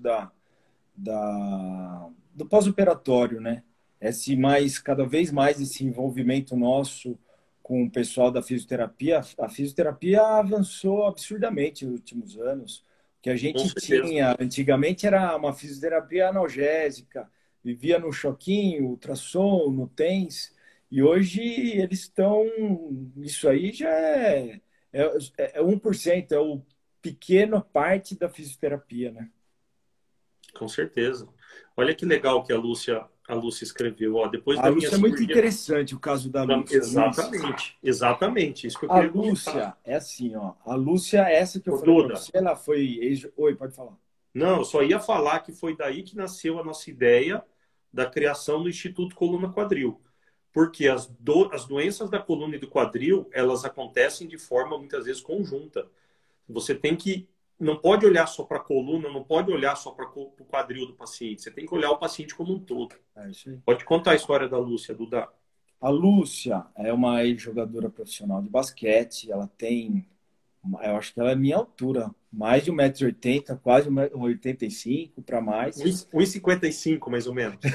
do pós-operatório, né? Cada vez mais esse envolvimento nosso com o pessoal da fisioterapia. A fisioterapia avançou absurdamente nos últimos anos. O que a gente tinha antigamente era uma fisioterapia analgésica, vivia no choquinho, ultrassom, no TENS, e hoje eles estão... Isso aí já é 1%, é o pequena parte da fisioterapia, né? Com certeza. Olha que legal que a Lúcia escreveu. Ó, depois da minha Lúcia é muito interessante o caso da Lúcia. Exatamente, exatamente. Isso que eu A queria Lúcia comentar. é assim, ó. A Lúcia, essa que eu falei para você, ela foi... Oi, pode falar. Não, eu só ia falar que foi daí que nasceu a nossa ideia da criação do Instituto Coluna Quadril. Porque as doenças da coluna e do quadril, elas acontecem de forma, muitas vezes, conjunta. Você tem que... Não pode olhar só para a coluna, não pode olhar só para o quadril do paciente. Você tem que olhar o paciente como um todo. Isso aí. Pode contar a história da Lúcia, Duda. A Lúcia é uma ex-jogadora profissional de basquete. Ela tem... Eu acho que ela é minha altura. Mais de 1,80 m, quase 1,85 m para mais. 1,55 m, mais ou menos.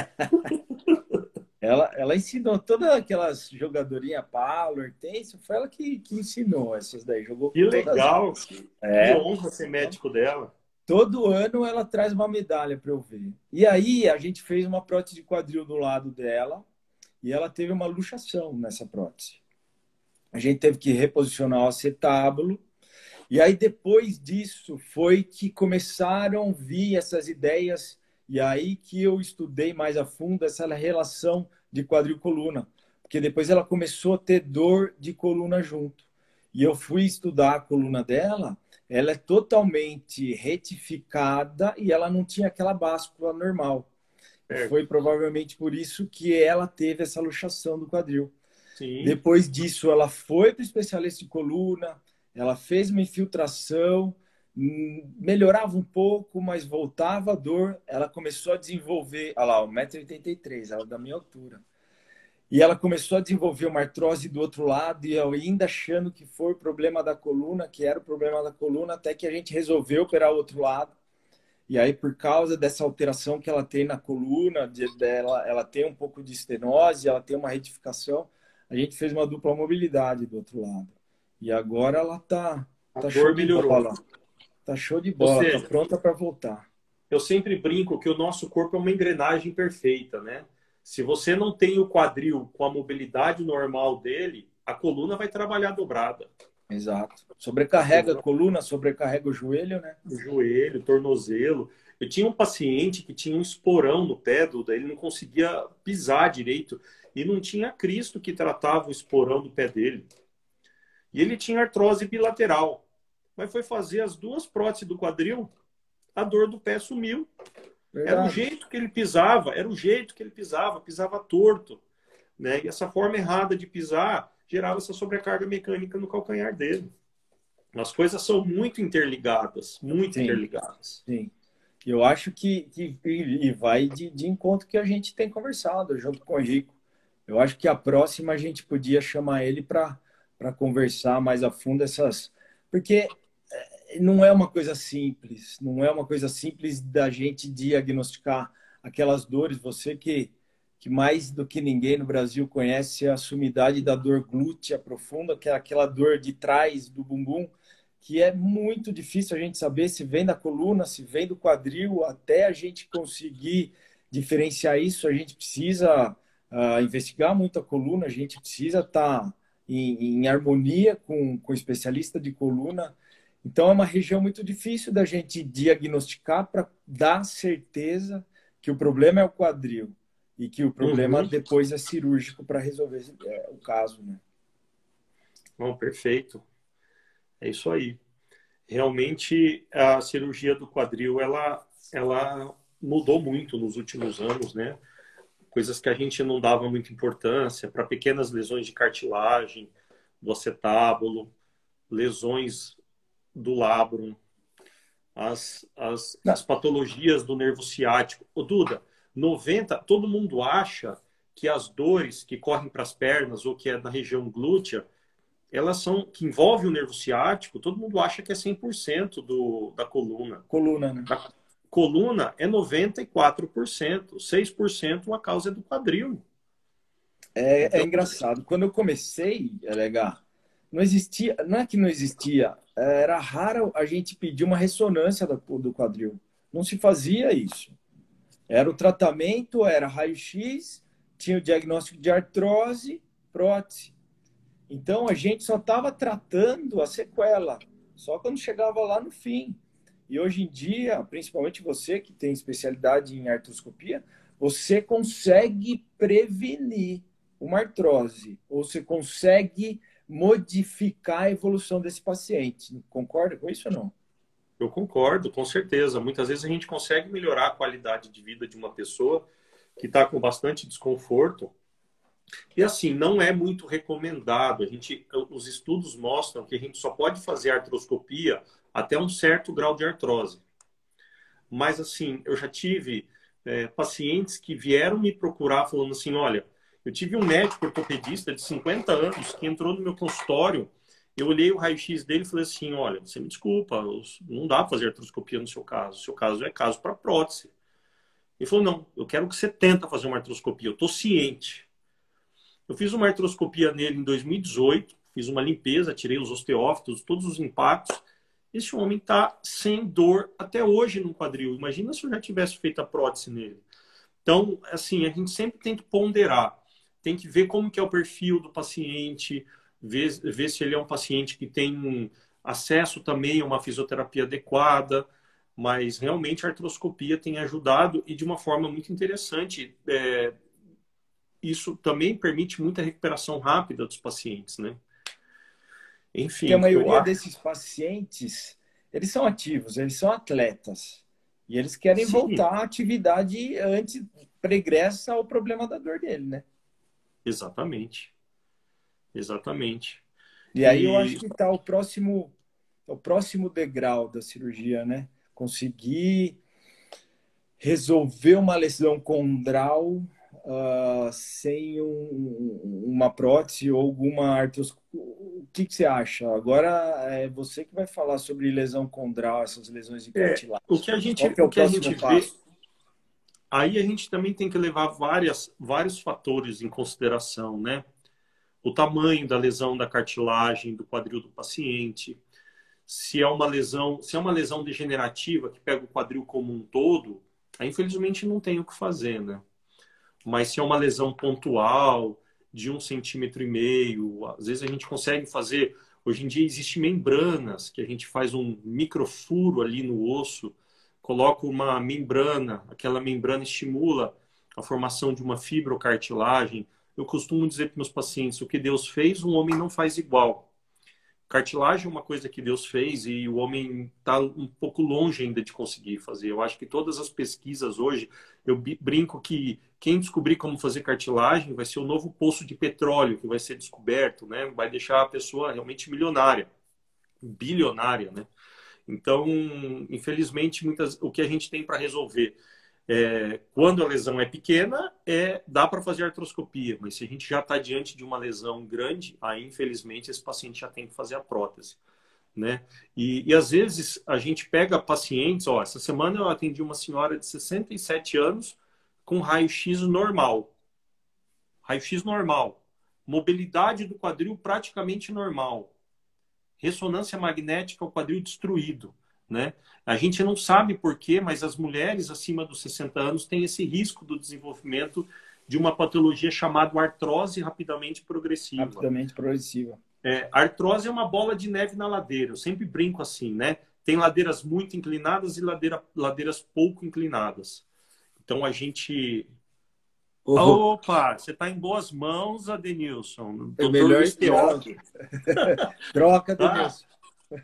Ela ensinou todas aquelas jogadorinhas Palo, Hortência, foi ela que ensinou essas daí. Jogou que legal! Que honra ser médico dela. Todo ano ela traz uma medalha para eu ver. E aí a gente fez uma prótese de quadril do lado dela e ela teve uma luxação nessa prótese. A gente teve que reposicionar o acetábulo E aí, depois disso, foi que começaram a vir essas ideias, e aí que eu estudei mais a fundo essa relação de quadril-coluna, porque depois ela começou a ter dor de coluna junto. E eu fui estudar a coluna dela, ela é totalmente retificada e ela não tinha aquela báscula normal. E foi Certo. provavelmente por isso que ela teve essa luxação do quadril. Sim. Depois disso, ela foi para o especialista de coluna, ela fez uma infiltração, melhorava um pouco, mas voltava a dor. Ela começou a desenvolver, olha lá, 1,83 m, ela é da minha altura. E ela começou a desenvolver uma artrose do outro lado, e eu ainda achando que foi o problema da coluna, que era o problema da coluna, até que a gente resolveu operar o outro lado. E aí, por causa dessa alteração que ela tem na coluna, dela, ela tem um pouco de estenose, ela tem uma retificação, a gente fez uma dupla mobilidade do outro lado. E agora ela A tá show dor de melhorou. bola. Tá show de Ou bola, tá seja, pronta para voltar. eu sempre brinco que o nosso corpo é uma engrenagem perfeita, né? Se você não tem o quadril com a mobilidade normal dele, a coluna vai trabalhar dobrada. Exato. A Sobrecarrega a coluna, coluna, sobrecarrega o joelho, né? o joelho, o tornozelo. Eu tinha um paciente que tinha um esporão no pé, Duda, ele não conseguia pisar direito e não tinha Cristo que tratava o esporão do pé dele. E ele tinha artrose bilateral. Mas foi fazer as duas próteses do quadril, a dor do pé sumiu. Era o Verdade. jeito que ele pisava, era o jeito que ele pisava, pisava torto, né? E essa forma errada de pisar gerava essa sobrecarga mecânica no calcanhar dele. As coisas são muito interligadas, muito Sim, interligadas. sim. Eu acho que vai de encontro que a gente tem conversado junto com o Henrico. Eu acho que a próxima a gente podia chamar ele para conversar mais a fundo essas. Porque não é uma coisa simples, não é uma coisa simples da gente diagnosticar aquelas dores. Você que mais do que ninguém no Brasil conhece a sumidade da dor glútea profunda, que é aquela dor de trás do bumbum, que é muito difícil a gente saber se vem da coluna, se vem do quadril, até a gente conseguir diferenciar isso, a gente precisa investigar muito a coluna, a gente precisa estar em harmonia com o especialista de coluna. Então, é uma região muito difícil da gente diagnosticar para dar certeza que o problema é o quadril e que o problema Uhum. depois é cirúrgico para resolver o caso, né? Bom, perfeito. É isso aí. Realmente, a cirurgia do quadril, ela mudou muito nos últimos anos, né? Coisas que a gente não dava muita importância, para pequenas lesões de cartilagem, do acetábulo, lesões do labrum, as Não, patologias do nervo ciático. Ô, Duda, 90, todo mundo acha que as dores que correm para as pernas ou que é na região glútea, elas são, que envolve o nervo ciático, todo mundo acha que é 100% da coluna. coluna, né? A coluna é 94%, 6% a causa é do quadril. É Então, engraçado. Quando eu comecei, LH, não existia, não é que não existia, era raro a gente pedir uma ressonância do quadril. Não se fazia isso. Era o tratamento, era raio-x, tinha o diagnóstico de artrose, prótese. Então a gente só estava tratando a sequela, só quando chegava lá no fim. E hoje em dia, principalmente você que tem especialidade em artroscopia, você consegue prevenir uma artrose, ou você consegue modificar a evolução desse paciente. Concorda com isso ou não? eu concordo, com certeza. Muitas vezes a gente consegue melhorar a qualidade de vida de uma pessoa que está com bastante desconforto. E assim, não é muito recomendado. Os estudos mostram que a gente só pode fazer artroscopia até um certo grau de artrose. Mas assim, eu já tive pacientes que vieram me procurar falando assim, olha, eu tive um médico ortopedista de 50 anos que entrou no meu consultório, eu olhei o raio-x dele e falei assim, olha, você me desculpa, não dá para fazer artroscopia no seu caso. O seu caso é caso para prótese. Ele falou, não, eu quero que você tenta fazer uma artroscopia, eu estou ciente. Eu fiz uma artroscopia nele em 2018, fiz uma limpeza, tirei os osteófitos, todos os impactos. Esse homem está sem dor até hoje no quadril. Imagina se eu já tivesse feito a prótese nele. Então, assim, a gente sempre tem que ponderar. Tem que ver como que é o perfil do paciente, ver se ele é um paciente que tem acesso também a uma fisioterapia adequada, mas realmente a artroscopia tem ajudado e de uma forma muito interessante. Isso também permite muita recuperação rápida dos pacientes, né? Porque a Enfim, eu maioria acho. desses pacientes, eles são ativos, eles são atletas. E eles querem Sim, voltar à atividade antes, pregressa ao problema da dor dele, né? exatamente. Exatamente. E aí eu acho E que está o próximo degrau da cirurgia, né? Conseguir resolver uma lesão condral sem uma prótese ou alguma artroscopia. O que você acha? Agora é você que vai falar sobre lesão condral, essas lesões de cartilagem. Qual que é o o que a próximo gente vê, passo? aí a gente também tem que levar vários fatores em consideração, né? O tamanho da lesão da cartilagem do quadril do paciente, se é uma lesão degenerativa que pega o quadril como um todo, aí infelizmente não tem o que fazer, né? Mas se é uma lesão pontual, de 1,5 cm, às vezes a gente consegue fazer. Hoje em dia existem membranas que a gente faz um microfuro ali no osso, coloca uma membrana, aquela membrana estimula a formação de uma fibrocartilagem. Eu costumo dizer para meus pacientes: o que Deus fez, um homem não faz igual. Cartilagem é uma coisa que Deus fez e o homem está um pouco longe ainda de conseguir fazer. Eu acho que todas as pesquisas hoje, eu brinco que quem descobrir como fazer cartilagem vai ser o novo poço de petróleo que vai ser descoberto, né? Vai deixar a pessoa realmente milionária, bilionária, né? Então, infelizmente, o que a gente tem para resolver quando a lesão é pequena, dá para fazer artroscopia, mas se a gente já está diante de uma lesão grande, aí infelizmente esse paciente já tem que fazer a prótese, né? E às vezes a gente pega pacientes, essa semana eu atendi uma senhora de 67 anos com raio-x normal, raio-x normal, mobilidade do quadril praticamente normal, ressonância magnética, o quadril destruído, né? A gente não sabe por quê, mas as mulheres acima dos 60 anos têm esse risco do desenvolvimento de uma patologia chamada artrose rapidamente progressiva. Rapidamente progressiva. A artrose é uma bola de neve na ladeira. Eu sempre brinco assim, né? Tem ladeiras muito inclinadas e ladeiras pouco inclinadas. Então a gente. Oh, Opa, você está em boas mãos, Adenilson. é Doutor melhor Luiz não. Teófilo. Troca, Tá? Denilson.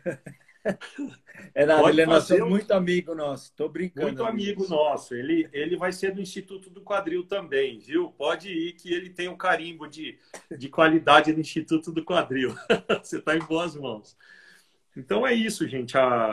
É nada, Pode ele é nosso fazer. muito amigo nosso. Tô brincando, Muito amigo Denilson. nosso. Ele vai ser do Instituto do Quadril também, viu? Pode ir que ele tem um carimbo de qualidade no Instituto do Quadril. Você está em boas mãos. Então é isso, gente.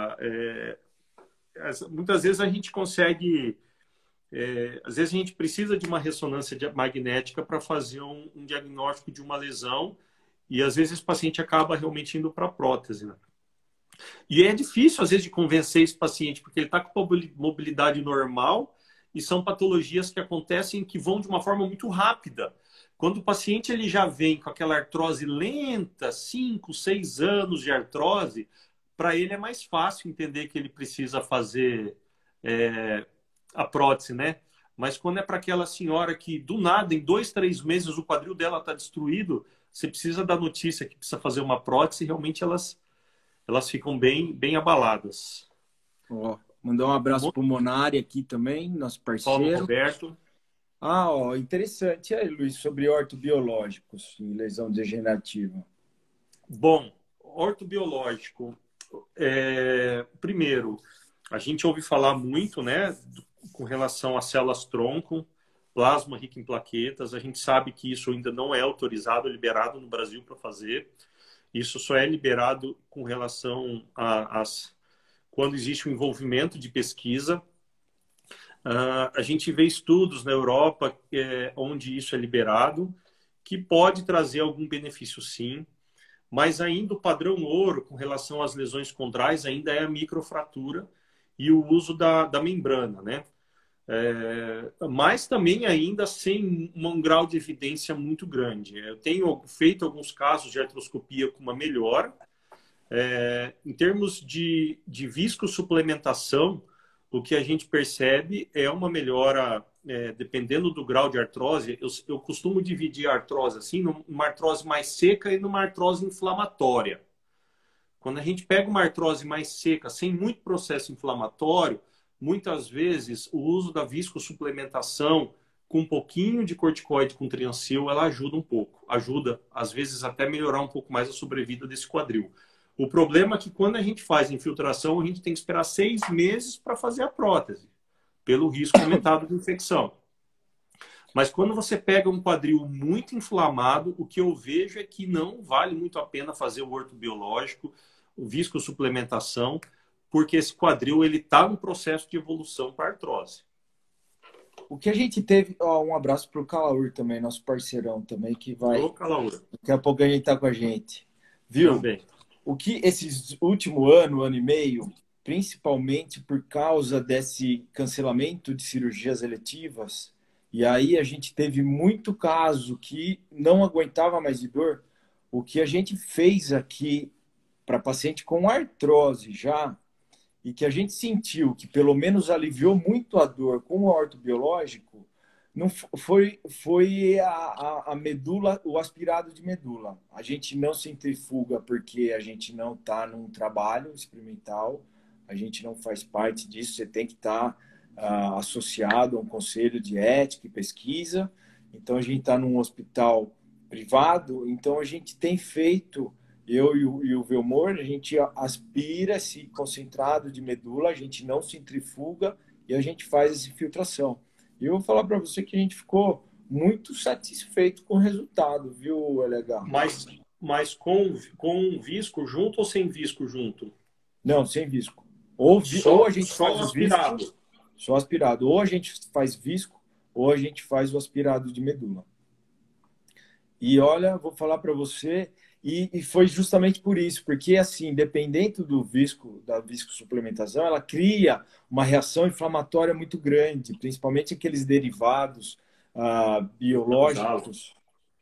Muitas vezes a gente consegue. Às vezes a gente precisa de uma ressonância magnética para fazer um diagnóstico de uma lesão e às vezes o paciente acaba realmente indo para a prótese, né? E é difícil, às vezes, de convencer esse paciente, porque ele está com mobilidade normal e são patologias que acontecem que vão de uma forma muito rápida. Quando o paciente ele já vem com aquela artrose lenta, 5, 6 anos de artrose, para ele é mais fácil entender que ele precisa fazer a prótese, né? Mas quando é para aquela senhora que, do nada, em 2, 3 meses, o quadril dela está destruído, você precisa da notícia que precisa fazer uma prótese, e realmente elas ficam bem abaladas. Ó, mandar um abraço pro Monari aqui também, nosso Paulo parceiro. Roberto. Interessante. E aí, Luiz, sobre ortobiológicos em lesão degenerativa. Bom, ortobiológico. Primeiro, a gente ouve falar muito, né, com relação às células-tronco, plasma rico em plaquetas. A gente sabe que isso ainda não é autorizado, liberado no Brasil para fazer. Isso só é liberado com relação quando existe um envolvimento de pesquisa. A gente vê estudos na Europa onde isso é liberado, que pode trazer algum benefício sim, mas ainda o padrão ouro com relação às lesões condrais ainda é a microfratura e o uso da membrana, né? Mas também ainda sem um grau de evidência muito grande. Eu tenho feito alguns casos de artroscopia com uma melhora. Em termos de viscosuplementação, o que a gente percebe é uma melhora, dependendo do grau de artrose. Eu costumo dividir a artrose assim, numa artrose mais seca e numa artrose inflamatória. Quando a gente pega uma artrose mais seca, sem muito processo inflamatório, muitas vezes o uso da viscosuplementação com um pouquinho de corticoide com triancil, ela ajuda um pouco. Ajuda, às vezes, até melhorar um pouco mais a sobrevida desse quadril. O problema é que quando a gente faz infiltração, a gente tem que esperar 6 meses para fazer a prótese, pelo risco aumentado de infecção. Mas quando você pega um quadril muito inflamado, o que eu vejo é que não vale muito a pena fazer o ortobiológico, o viscosuplementação, porque esse quadril ele está no processo de evolução para artrose. O que a gente teve, ó, um abraço para o Calaur também, nosso parceirão também, que vai. Ô, Calaura. Daqui a pouco ele está com a gente. Viu? Também. O que esses último ano e meio, principalmente por causa desse cancelamento de cirurgias eletivas, e aí a gente teve muito caso que não aguentava mais de dor, o que a gente fez aqui para paciente com artrose já, e que a gente sentiu que pelo menos aliviou muito a dor com o ortobiológico, não foi a medula, o aspirado de medula. A gente não centrifuga porque a gente não está num trabalho experimental, a gente não faz parte disso, você tem que estar associado a um conselho de ética e pesquisa. Então a gente está num hospital privado, então a gente tem feito, eu e o Velmor, a gente aspira esse concentrado de medula, a gente não centrifuga e a gente faz essa infiltração. E eu vou falar para você que a gente ficou muito satisfeito com o resultado, viu, LH? Mas com visco junto ou sem visco junto? Não, sem visco. Ou a gente faz aspirado. O visco, só aspirado. Ou a gente faz visco, ou a gente faz o aspirado de medula. E olha, vou falar para você, e foi justamente por isso, porque assim, dependendo do visco, da viscosuplementação, ela cria uma reação inflamatória muito grande, principalmente aqueles derivados biológicos.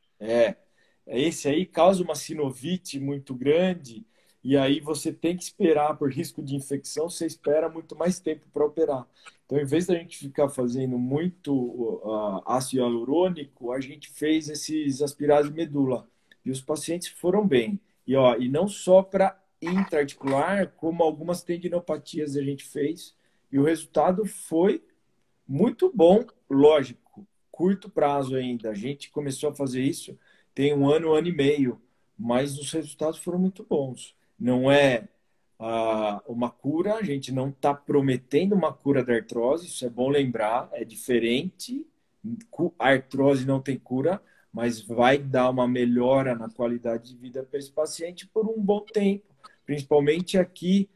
Esse aí causa uma sinovite muito grande, e aí você tem que esperar por risco de infecção, você espera muito mais tempo para operar. Então, em vez da gente ficar fazendo muito ácido hialurônico, a gente fez esses aspirados de medula. E os pacientes foram bem. E não só para intraarticular, como algumas tendinopatias a gente fez. E o resultado foi muito bom, lógico, curto prazo ainda. A gente começou a fazer isso tem um ano e meio, mas os resultados foram muito bons. Não é uma cura, a gente não está prometendo uma cura da artrose, isso é bom lembrar, é diferente. A artrose não tem cura, mas vai dar uma melhora na qualidade de vida para esse paciente por um bom tempo, principalmente aqui,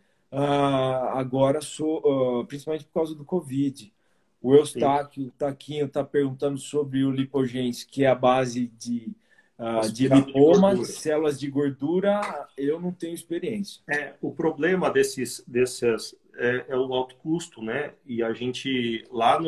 agora, principalmente por causa do Covid. O Eustáquio, o Taquinho está perguntando sobre o Lipogens, que é a base de lipoma, células de gordura, eu não tenho experiência. O problema desses é o alto custo, né? E a gente, lá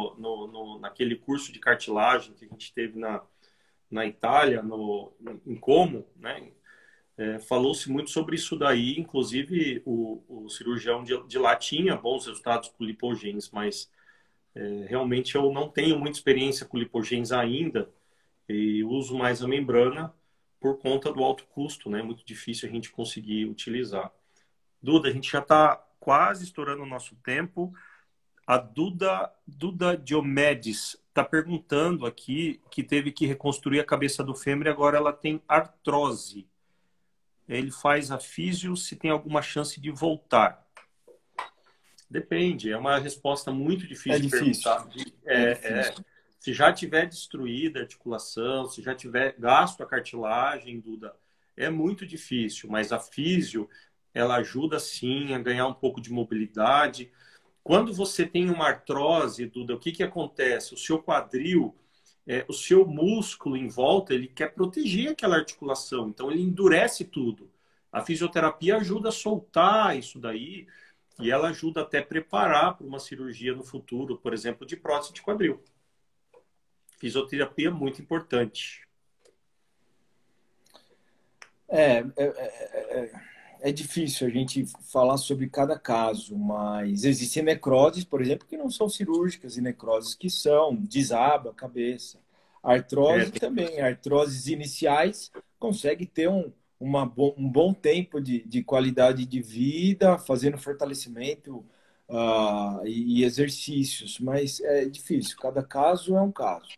naquele curso de cartilagem que a gente teve na Itália, em Como, né? Falou-se muito sobre isso daí, inclusive o cirurgião de lá tinha bons resultados com lipogens, mas realmente eu não tenho muita experiência com lipogens ainda, e uso mais a membrana por conta do alto custo, né? Muito difícil a gente conseguir utilizar. Duda, a gente já está quase estourando o nosso tempo. A Duda Diomedes está perguntando aqui que teve que reconstruir a cabeça do fêmur e agora ela tem artrose. Ele faz a físio, se tem alguma chance de voltar. Depende, é uma resposta muito difícil de perguntar. Difícil. Se já tiver destruída a articulação, se já tiver gasto a cartilagem, Duda, é muito difícil, mas a físio, ela ajuda sim a ganhar um pouco de mobilidade. Quando você tem uma artrose, Duda, o que acontece? O seu quadril, o seu músculo em volta, ele quer proteger aquela articulação, então ele endurece tudo. A fisioterapia ajuda a soltar isso daí e ela ajuda até a preparar para uma cirurgia no futuro, por exemplo, de prótese de quadril. Fisioterapia é muito importante. É difícil a gente falar sobre cada caso, mas existem necroses, por exemplo, que não são cirúrgicas e necroses que são, desaba a cabeça. Artrose também, artroses iniciais consegue ter um bom tempo de qualidade de vida, fazendo fortalecimento e exercícios, mas é difícil, cada caso é um caso.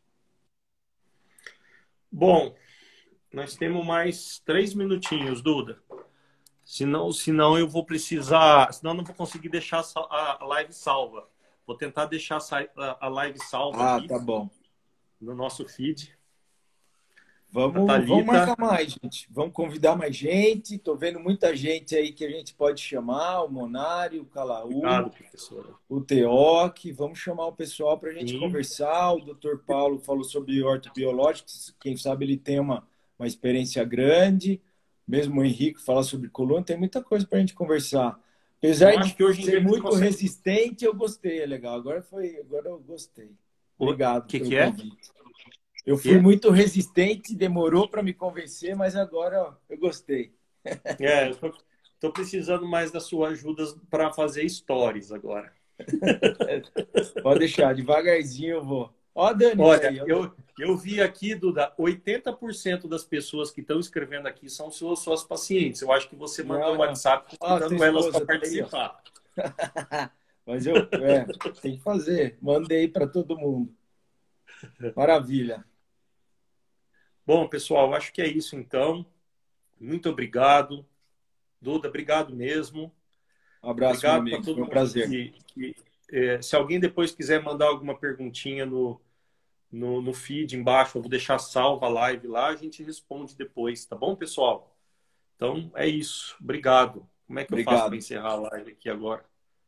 Bom, nós temos mais 3 minutinhos, Duda. Senão eu vou precisar, senão eu não vou conseguir deixar a live salva. Vou tentar deixar a live salva aqui Tá bom. no nosso feed. Vamos marcar mais, gente. Vamos convidar mais gente. Estou vendo muita gente aí que a gente pode chamar, o Monário, o Calaú, Obrigado, professora. o Teoc. Vamos chamar o pessoal para a gente Sim. conversar. O Dr. Paulo falou sobre ortobiológicos. Quem sabe ele tem uma experiência grande. Mesmo o Henrique fala sobre coluna. Tem muita coisa para a gente conversar. Apesar de ser muito resistente, eu gostei. É legal. Agora eu gostei. Obrigado pelo convite. Eu fui muito resistente, demorou para me convencer, mas agora eu gostei. Eu estou precisando mais da sua ajuda para fazer stories agora. Pode deixar, devagarzinho eu vou. Ó, Dani, olha, eu vi aqui, Duda, 80% das pessoas que estão escrevendo aqui são suas pacientes. Eu acho que você mandou um WhatsApp convidando elas para participar. Mas tem que fazer. Mandei para todo mundo. Maravilha. Bom, pessoal, acho que é isso então. Muito obrigado. Duda, obrigado mesmo. Um abraço, obrigado meu amigo. Todo Foi um mundo prazer. Se alguém depois quiser mandar alguma perguntinha no feed embaixo, eu vou deixar salva a live lá, a gente responde depois, tá bom, pessoal? Então, é isso. Obrigado. Como é que eu faço para encerrar a live aqui agora?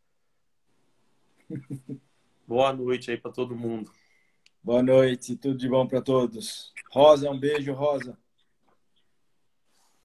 Boa noite aí para todo mundo. Boa noite, tudo de bom para todos. Rosa, um beijo, Rosa.